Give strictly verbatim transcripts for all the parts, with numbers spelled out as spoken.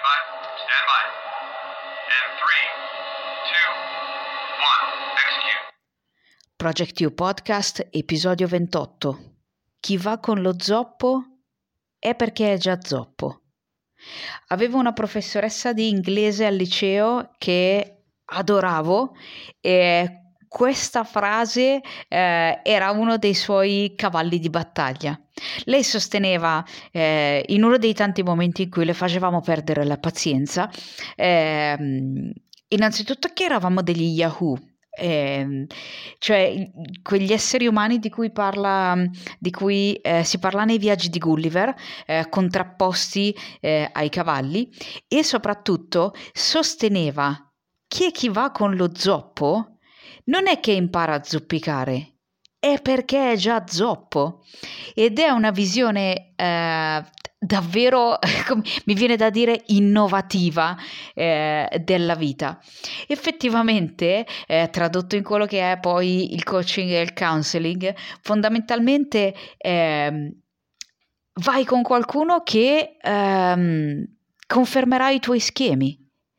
by. Stand by. And three, two, one. Execute. Project U Podcast, episodio ventotto. Chi va con lo zoppo è perché è già zoppo. Avevo una professoressa di inglese al liceo che adoravo e questa frase eh, era uno dei suoi cavalli di battaglia. Lei sosteneva, eh, in uno dei tanti momenti in cui le facevamo perdere la pazienza, eh, innanzitutto che eravamo degli Yahoo. Eh, cioè quegli esseri umani di cui parla di cui eh, si parla nei viaggi di Gulliver, eh, contrapposti eh, ai cavalli, e soprattutto sosteneva che chi va con lo zoppo non è che impara a zoppicare, è perché è già zoppo. Ed è una visione eh, davvero, mi viene da dire, innovativa eh, della vita. Effettivamente, eh, tradotto in quello che è poi il coaching e il counseling, fondamentalmente eh, vai con qualcuno che ehm, confermerà i tuoi schemi.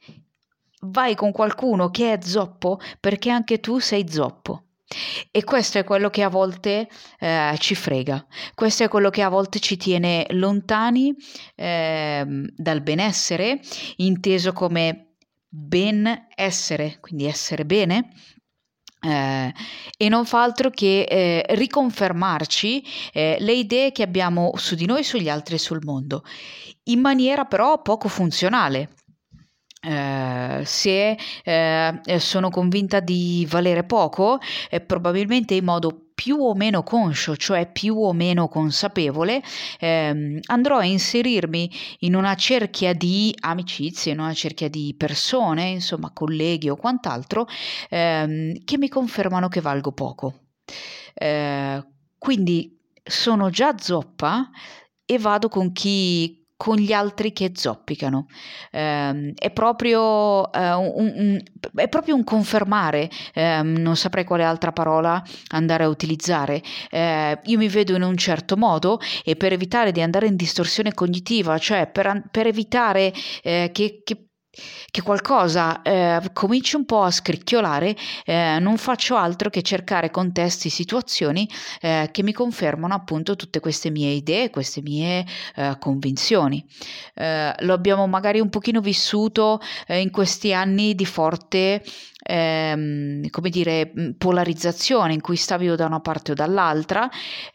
Vai con qualcuno che è zoppo perché anche tu sei zoppo. E questo è quello che a volte eh, ci frega, questo è quello che a volte ci tiene lontani eh, dal benessere, inteso come benessere, quindi essere bene, eh, e non fa altro che eh, riconfermarci eh, le idee che abbiamo su di noi, sugli altri e sul mondo, in maniera però poco funzionale. Uh, se uh, sono convinta di valere poco, eh, probabilmente in modo più o meno conscio, cioè più o meno consapevole, ehm, andrò a inserirmi in una cerchia di amicizie, in una cerchia di persone, insomma colleghi o quant'altro, ehm, che mi confermano che valgo poco. Eh, quindi sono già zoppa e vado con chi con gli altri che zoppicano. Eh, è proprio eh, un, un, è proprio un confermare, eh, non saprei quale altra parola andare a utilizzare. Eh, io mi vedo in un certo modo e per evitare di andare in distorsione cognitiva, cioè per, per evitare eh, che, che che qualcosa eh, cominci un po' a scricchiolare, eh, non faccio altro che cercare contesti, situazioni eh, che mi confermano appunto tutte queste mie idee, queste mie eh, convinzioni. Eh, lo abbiamo magari un pochino vissuto eh, in questi anni di forte ehm, come dire, polarizzazione in cui stavi o da una parte o dall'altra,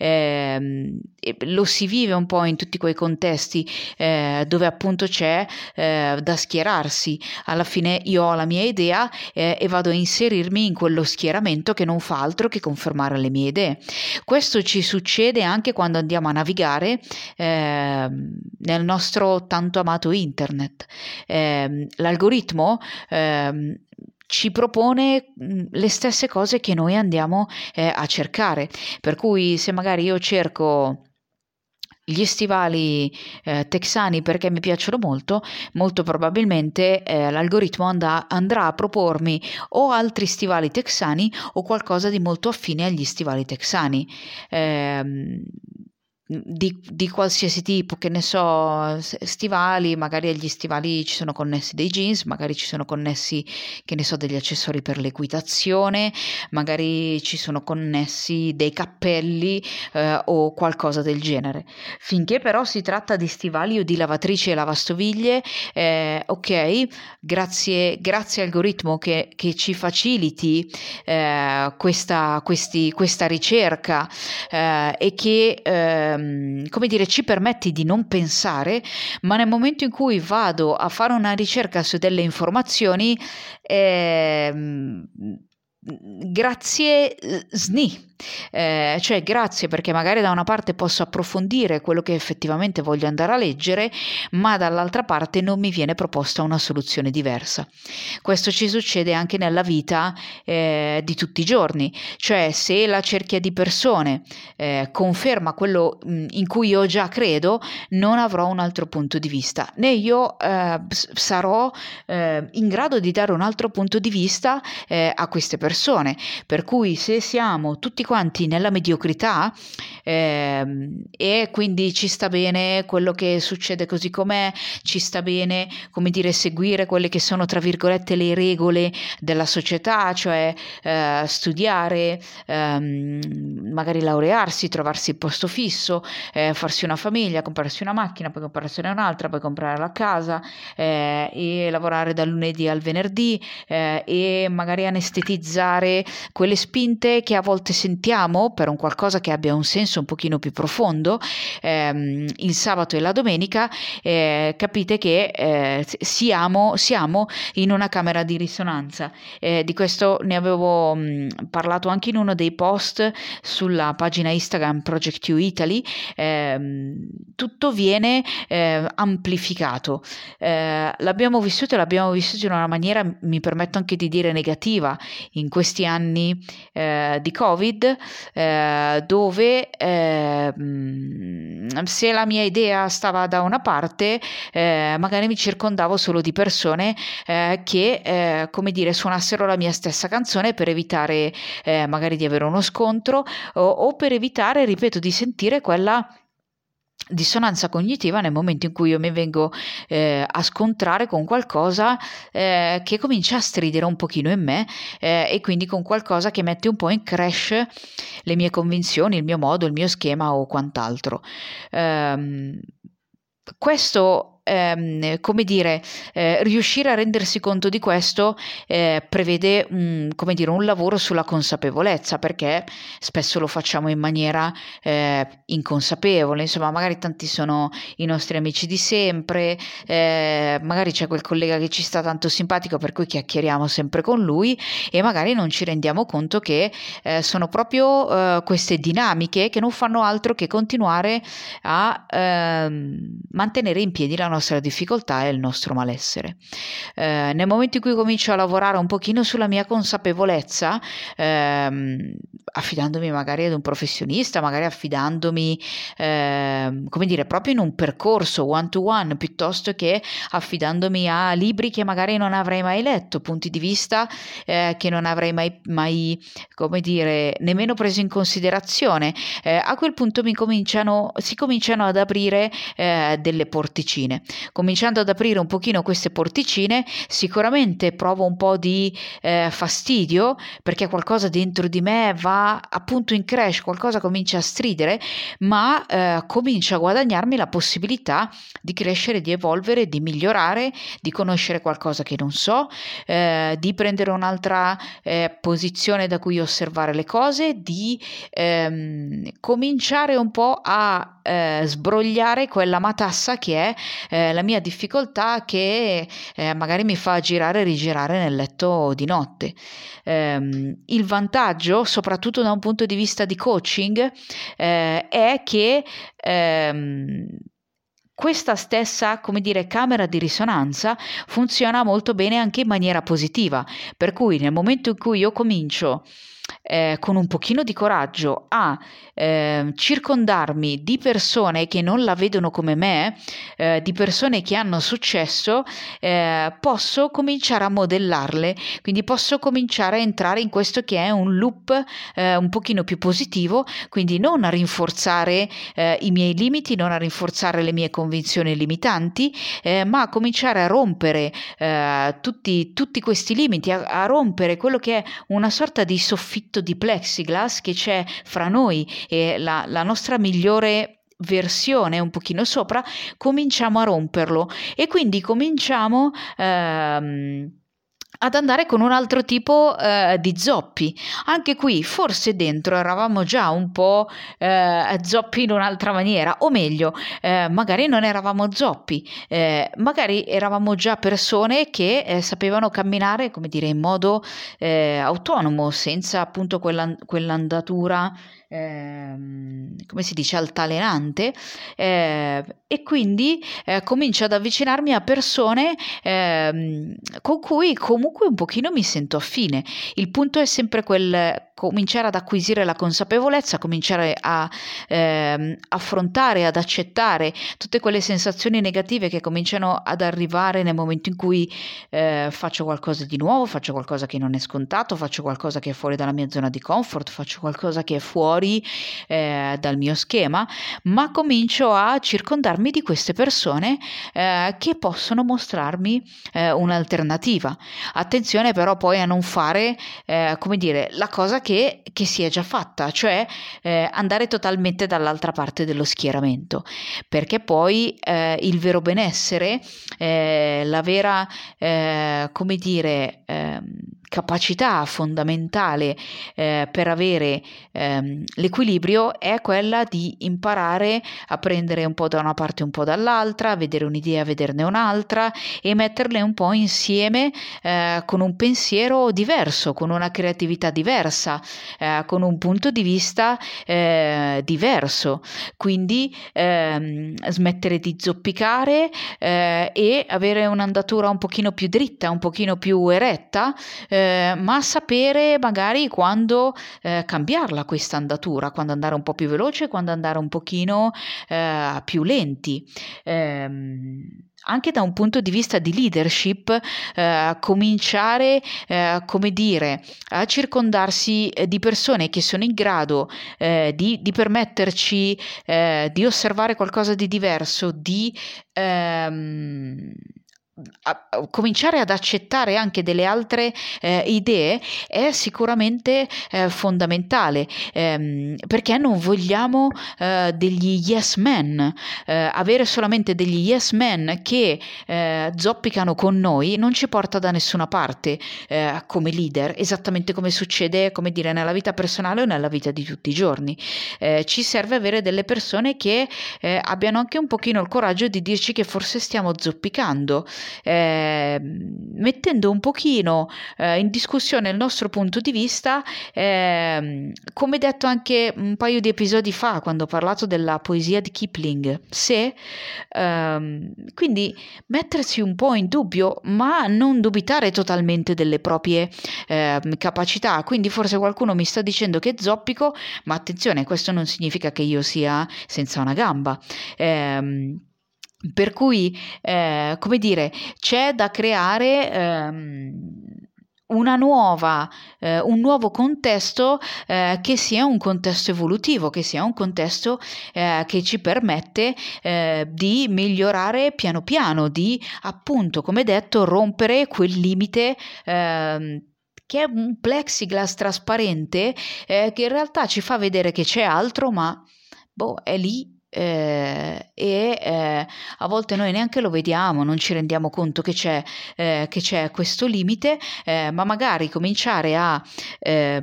ehm, e lo si vive un po' in tutti quei contesti eh, dove appunto c'è eh, da schierarsi. Alla fine io ho la mia idea eh, e vado a inserirmi in quello schieramento che non fa altro che confermare le mie idee. Questo ci succede anche quando andiamo a navigare eh, nel nostro tanto amato internet. Eh, l'algoritmo eh, ci propone le stesse cose che noi andiamo eh, a cercare, per cui se magari io cerco gli stivali eh, texani perché mi piacciono molto, molto probabilmente eh, l'algoritmo andà, andrà a propormi o altri stivali texani o qualcosa di molto affine agli stivali texani. Eh, Di, di qualsiasi tipo, che ne so, stivali, magari agli stivali ci sono connessi dei jeans, magari ci sono connessi, che ne so, degli accessori per l'equitazione, magari ci sono connessi dei cappelli eh, o qualcosa del genere. Finché però si tratta di stivali o di lavatrici e lavastoviglie, eh, ok, grazie, grazie algoritmo che, che ci faciliti eh, questa, questi, questa ricerca eh, e che eh, come dire, ci permetti di non pensare, ma nel momento in cui vado a fare una ricerca su delle informazioni, eh, grazie S N I, eh, cioè grazie perché magari da una parte posso approfondire quello che effettivamente voglio andare a leggere, ma dall'altra parte non mi viene proposta una soluzione diversa. Questo ci succede anche nella vita eh, di tutti i giorni, cioè se la cerchia di persone eh, conferma quello mh, in cui io già credo, non avrò un altro punto di vista, né io eh, sarò eh, in grado di dare un altro punto di vista eh, a queste persone, per cui se siamo tutti quanti nella mediocrità, eh, e quindi ci sta bene quello che succede così com'è, ci sta bene, come dire, seguire quelle che sono tra virgolette le regole della società, cioè eh, studiare, ehm, magari laurearsi, trovarsi il posto fisso, eh, farsi una famiglia, comprarsi una macchina, poi comprarsene un'altra, poi comprare la casa, eh, e lavorare dal lunedì al venerdì, eh, e magari anestetizzare quelle spinte che a volte sentiamo per un qualcosa che abbia un senso un pochino più profondo, ehm, il sabato e la domenica. Eh, capite che eh, siamo, siamo in una camera di risonanza. Eh, di questo ne avevo mh, parlato anche in uno dei post sulla pagina Instagram Project You Italy. Eh, tutto viene eh, amplificato. Eh, l'abbiamo vissuto e l'abbiamo vissuto in una maniera, mi permetto anche di dire, negativa in questi anni eh, di Covid, eh, dove eh, se la mia idea stava da una parte, eh, magari mi circondavo solo di persone eh, che, eh, come dire, suonassero la mia stessa canzone per evitare eh, magari di avere uno scontro o, o per evitare, ripeto, di sentire quella dissonanza cognitiva nel momento in cui io mi vengo eh, a scontrare con qualcosa eh, che comincia a stridere un pochino in me, eh, e quindi con qualcosa che mette un po' in crash le mie convinzioni, il mio modo, il mio schema o quant'altro. Um, questo ehm, come dire, eh, riuscire a rendersi conto di questo eh, prevede un, come dire, un lavoro sulla consapevolezza, perché spesso lo facciamo in maniera eh, inconsapevole. Insomma, magari tanti sono i nostri amici di sempre, eh, magari c'è quel collega che ci sta tanto simpatico per cui chiacchieriamo sempre con lui, e magari non ci rendiamo conto che eh, sono proprio eh, queste dinamiche che non fanno altro che continuare a ehm, mantenere in piedi la nostra difficoltà e il nostro malessere. Eh, nel momento in cui comincio a lavorare un pochino sulla mia consapevolezza, ehm, affidandomi magari ad un professionista, magari affidandomi, ehm, come dire, proprio in un percorso one to one, piuttosto che affidandomi a libri che magari non avrei mai letto, punti di vista eh, che non avrei mai, mai, come dire, nemmeno preso in considerazione, eh, a quel punto mi cominciano, si cominciano ad aprire eh, delle porticine. Cominciando ad aprire un pochino queste porticine, sicuramente provo un po' di eh, fastidio, perché qualcosa dentro di me va appunto in crash, qualcosa comincia a stridere, ma eh, comincio a guadagnarmi la possibilità di crescere, di evolvere, di migliorare, di conoscere qualcosa che non so, eh, di prendere un'altra eh, posizione da cui osservare le cose, di ehm, cominciare un po' a eh, sbrogliare quella matassa che è eh, la mia difficoltà, che eh, magari mi fa girare e rigirare nel letto di notte. Eh, il vantaggio, soprattutto da un punto di vista di coaching, eh, è che ehm, questa stessa, come dire, camera di risonanza funziona molto bene anche in maniera positiva, per cui nel momento in cui io comincio Eh, con un pochino di coraggio a eh, circondarmi di persone che non la vedono come me, eh, di persone che hanno successo, eh, posso cominciare a modellarle, quindi posso cominciare a entrare in questo che è un loop eh, un pochino più positivo, quindi non a rinforzare eh, i miei limiti, non a rinforzare le mie convinzioni limitanti, eh, ma a cominciare a rompere eh, tutti, tutti questi limiti, a, a rompere quello che è una sorta di soffitto di plexiglass che c'è fra noi e la, la nostra migliore versione un pochino sopra. Cominciamo a romperlo e quindi cominciamo ehm, ad andare con un altro tipo eh, di zoppi. Anche qui forse dentro eravamo già un po' eh, zoppi in un'altra maniera, o meglio, eh, magari non eravamo zoppi, eh, magari eravamo già persone che eh, sapevano camminare, come dire, in modo eh, autonomo, senza appunto quella, quell'andatura, eh, come si dice, altalenante, eh, e quindi eh, comincio ad avvicinarmi a persone eh, con cui comunque un pochino mi sento affine. Il punto è sempre quel, cominciare ad acquisire la consapevolezza, cominciare a eh, affrontare, ad accettare tutte quelle sensazioni negative che cominciano ad arrivare nel momento in cui eh, faccio qualcosa di nuovo, faccio qualcosa che non è scontato, faccio qualcosa che è fuori dalla mia zona di comfort, faccio qualcosa che è fuori eh, dal mio schema, ma comincio a circondarmi di queste persone eh, che possono mostrarmi eh, un'alternativa. Attenzione però poi a non fare, eh, come dire, la cosa che, che si è già fatta, cioè eh, andare totalmente dall'altra parte dello schieramento, perché poi eh, il vero benessere, eh, la vera, eh, come dire, eh, capacità fondamentale eh, per avere ehm, l'equilibrio è quella di imparare a prendere un po' da una parte e un po' dall'altra, vedere un'idea, vederne un'altra e metterle un po' insieme eh, con un pensiero diverso, con una creatività diversa, eh, con un punto di vista eh, diverso. Quindi ehm, smettere di zoppicare eh, e avere un'andatura un pochino più dritta, un pochino più eretta, eh, ma sapere magari quando eh, cambiarla questa andatura, quando andare un po' più veloce, quando andare un pochino eh, più lenti. Ehm, anche da un punto di vista di leadership, eh, cominciare, eh, come dire, a circondarsi di persone che sono in grado eh, di, di permetterci eh, di osservare qualcosa di diverso, di ehm, a, a cominciare ad accettare anche delle altre eh, idee è sicuramente eh, fondamentale, ehm, perché non vogliamo eh, degli yes men, eh, avere solamente degli yes men che eh, zoppicano con noi non ci porta da nessuna parte eh, come leader, esattamente come succede, come dire, nella vita personale o nella vita di tutti i giorni. Eh, ci serve avere delle persone che eh, abbiano anche un pochino il coraggio di dirci che forse stiamo zoppicando, Eh, mettendo un pochino eh, in discussione il nostro punto di vista, eh, come detto anche un paio di episodi fa quando ho parlato della poesia di Kipling, se ehm, quindi mettersi un po' in dubbio ma non dubitare totalmente delle proprie eh, capacità. Quindi forse qualcuno mi sta dicendo che zoppico, ma attenzione, questo non significa che io sia senza una gamba. ehm Per cui, eh, come dire, c'è da creare ehm, una nuova, eh, un nuovo contesto eh, che sia un contesto evolutivo, che sia un contesto eh, che ci permette eh, di migliorare piano piano, di appunto, come detto, rompere quel limite eh, che è un plexiglass trasparente eh, che in realtà ci fa vedere che c'è altro, ma boh, è lì. Eh, e eh, a volte noi neanche lo vediamo, non ci rendiamo conto che c'è, eh, che c'è questo limite, eh, ma magari cominciare a eh,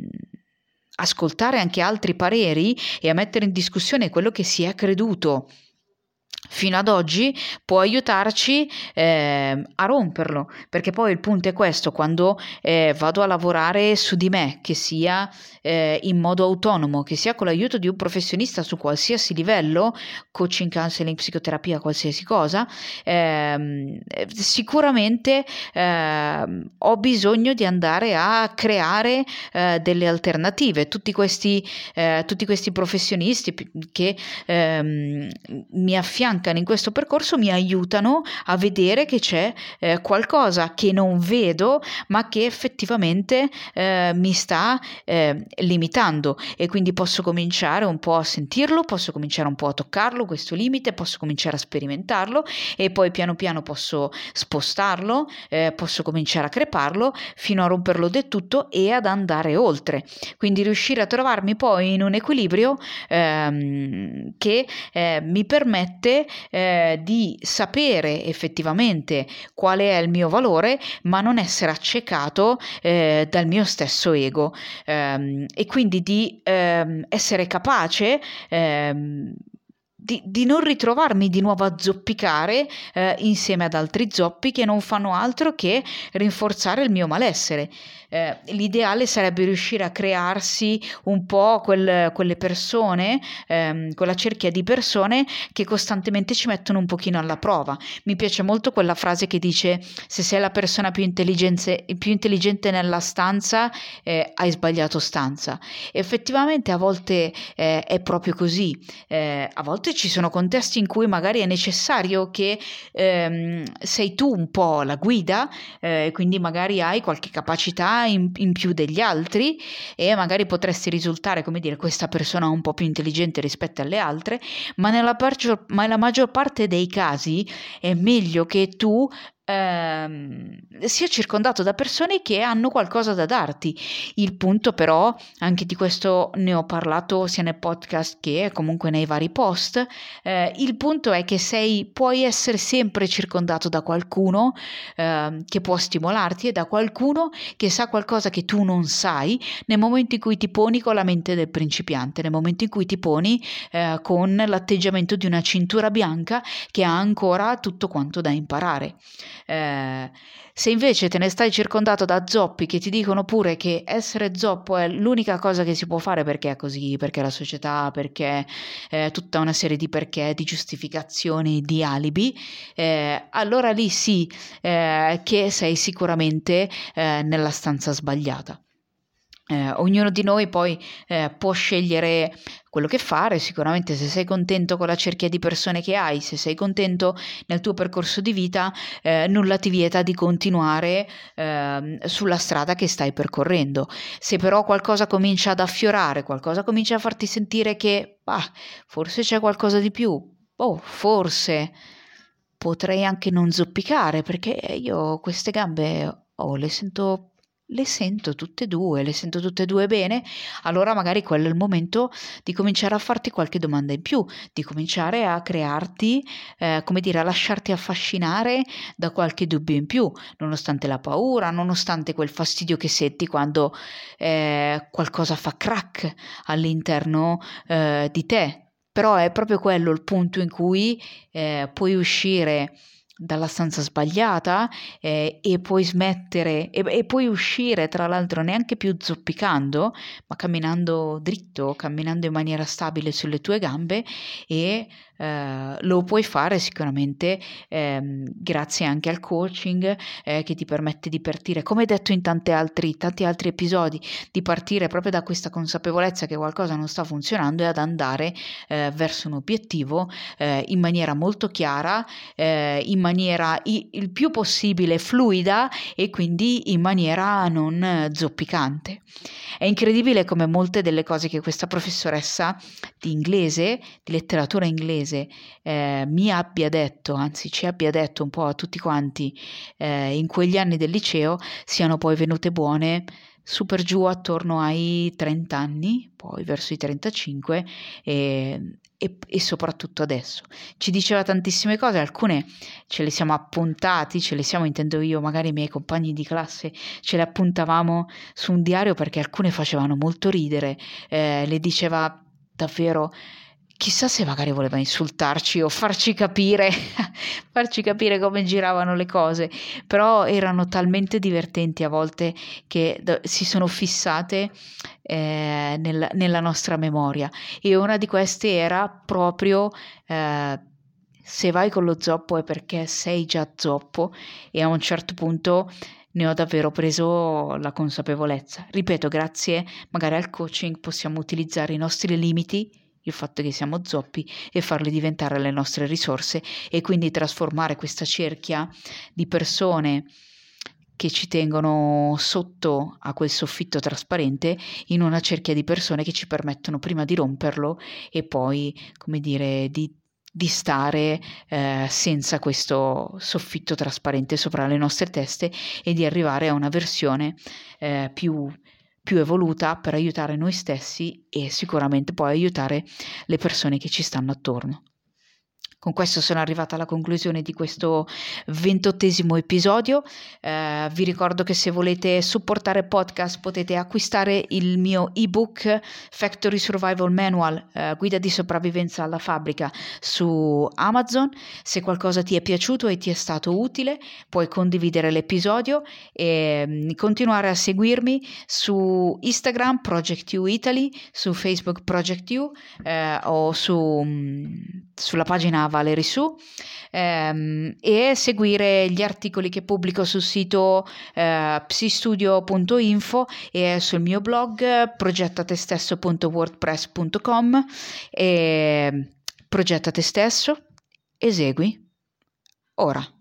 ascoltare anche altri pareri e a mettere in discussione quello che si è creduto fino ad oggi può aiutarci eh, a romperlo, perché poi il punto è questo: quando eh, vado a lavorare su di me, che sia eh, in modo autonomo, che sia con l'aiuto di un professionista su qualsiasi livello, coaching, counseling, psicoterapia, qualsiasi cosa, ehm, sicuramente ehm, ho bisogno di andare a creare eh, delle alternative. Tutti questi, eh, tutti questi professionisti che ehm, mi affiancano in questo percorso mi aiutano a vedere che c'è eh, qualcosa che non vedo ma che effettivamente eh, mi sta eh, limitando, e quindi posso cominciare un po' a sentirlo, posso cominciare un po' a toccarlo questo limite, posso cominciare a sperimentarlo e poi piano piano posso spostarlo, eh, posso cominciare a creparlo fino a romperlo del tutto e ad andare oltre, quindi riuscire a trovarmi poi in un equilibrio ehm, che eh, mi permette Eh, di sapere effettivamente qual è il mio valore, ma non essere accecato eh, dal mio stesso ego, ehm, e quindi di ehm, essere capace ehm, Di, di non ritrovarmi di nuovo a zoppicare eh, insieme ad altri zoppi che non fanno altro che rinforzare il mio malessere. Eh, l'ideale sarebbe riuscire a crearsi un po' quel, quelle persone, ehm, quella cerchia di persone che costantemente ci mettono un pochino alla prova. Mi piace molto quella frase che dice: se sei la persona più intelligente, più intelligente nella stanza, eh, hai sbagliato stanza. Effettivamente a volte eh, è proprio così. Eh, a volte ci sono contesti in cui magari è necessario che ehm, sei tu un po' la guida, eh, quindi magari hai qualche capacità in, in più degli altri e magari potresti risultare, come dire, questa persona un po' più intelligente rispetto alle altre, ma nella, percio- ma nella maggior parte dei casi è meglio che tu ehm, sia circondato da persone che hanno qualcosa da darti. Il punto però, anche di questo ne ho parlato sia nel podcast che comunque nei vari post, eh, il punto è che sei, puoi essere sempre circondato da qualcuno eh, che può stimolarti e da qualcuno che sa qualcosa che tu non sai nel momento in cui ti poni con la mente del principiante, nel momento in cui ti poni eh, con l'atteggiamento di una cintura bianca che ha ancora tutto quanto da imparare. Eh, se invece te ne stai circondato da zoppi che ti dicono pure che essere zoppo è l'unica cosa che si può fare perché è così, perché la società, perché eh, tutta una serie di perché, di giustificazioni, di alibi, eh, allora lì sì eh, che sei sicuramente eh, nella stanza sbagliata. Eh, ognuno di noi poi eh, può scegliere quello che fare. Sicuramente se sei contento con la cerchia di persone che hai, se sei contento nel tuo percorso di vita, eh, nulla ti vieta di continuare eh, sulla strada che stai percorrendo. Se però qualcosa comincia ad affiorare, qualcosa comincia a farti sentire che bah, forse c'è qualcosa di più, oh, forse potrei anche non zoppicare perché io queste gambe oh, le sento le sento tutte e due, le sento tutte e due bene, allora magari quello è il momento di cominciare a farti qualche domanda in più, di cominciare a crearti, eh, come dire, a lasciarti affascinare da qualche dubbio in più, nonostante la paura, nonostante quel fastidio che senti quando eh, qualcosa fa crack all'interno eh, di te. Però è proprio quello il punto in cui eh, puoi uscire dalla stanza sbagliata eh, e puoi smettere e, e puoi uscire tra l'altro neanche più zoppicando ma camminando dritto, camminando in maniera stabile sulle tue gambe e eh, lo puoi fare sicuramente ehm, grazie anche al coaching eh, che ti permette di partire, come detto in tanti altri, tanti altri episodi, di partire proprio da questa consapevolezza che qualcosa non sta funzionando e ad andare eh, verso un obiettivo eh, in maniera molto chiara, eh, in maniera i- il più possibile fluida e quindi in maniera non eh, zoppicante. È incredibile come molte delle cose che questa professoressa di inglese, di letteratura inglese, eh, mi abbia detto, anzi ci abbia detto un po' a tutti quanti eh, in quegli anni del liceo, siano poi venute buone su per giù attorno ai trenta anni, poi verso i trentacinque e, e, e soprattutto adesso. Ci diceva tantissime cose, alcune ce le siamo appuntati, ce le siamo, intendo io, magari i miei compagni di classe, ce le appuntavamo su un diario perché alcune facevano molto ridere, eh, le diceva davvero... Chissà se magari voleva insultarci o farci capire, farci capire come giravano le cose, però erano talmente divertenti a volte che d- si sono fissate eh, nel- nella nostra memoria. E una di queste era proprio eh, se vai con lo zoppo è perché sei già zoppo, e a un certo punto ne ho davvero preso la consapevolezza. Ripeto, grazie magari al coaching possiamo utilizzare i nostri limiti, il fatto che siamo zoppi, e farli diventare le nostre risorse e quindi trasformare questa cerchia di persone che ci tengono sotto a quel soffitto trasparente in una cerchia di persone che ci permettono prima di romperlo e poi, come dire, di, di stare eh, senza questo soffitto trasparente sopra le nostre teste e di arrivare a una versione eh, più più evoluta per aiutare noi stessi e sicuramente poi aiutare le persone che ci stanno attorno. Con questo sono arrivata alla conclusione di questo ventottesimo episodio. Eh, vi ricordo che se volete supportare il podcast potete acquistare il mio ebook Factory Survival Manual, eh, guida di sopravvivenza alla fabbrica, su Amazon. Se qualcosa ti è piaciuto e ti è stato utile, puoi condividere l'episodio e mh, continuare a seguirmi su Instagram Project U Italy, su Facebook Project U eh, o su, mh, sulla pagina Valerie Su, ehm, e seguire gli articoli che pubblico sul sito eh, psistudio punto info e sul mio blog progettatelstesso punto wordpress punto com. E progetta te stesso, esegui ora.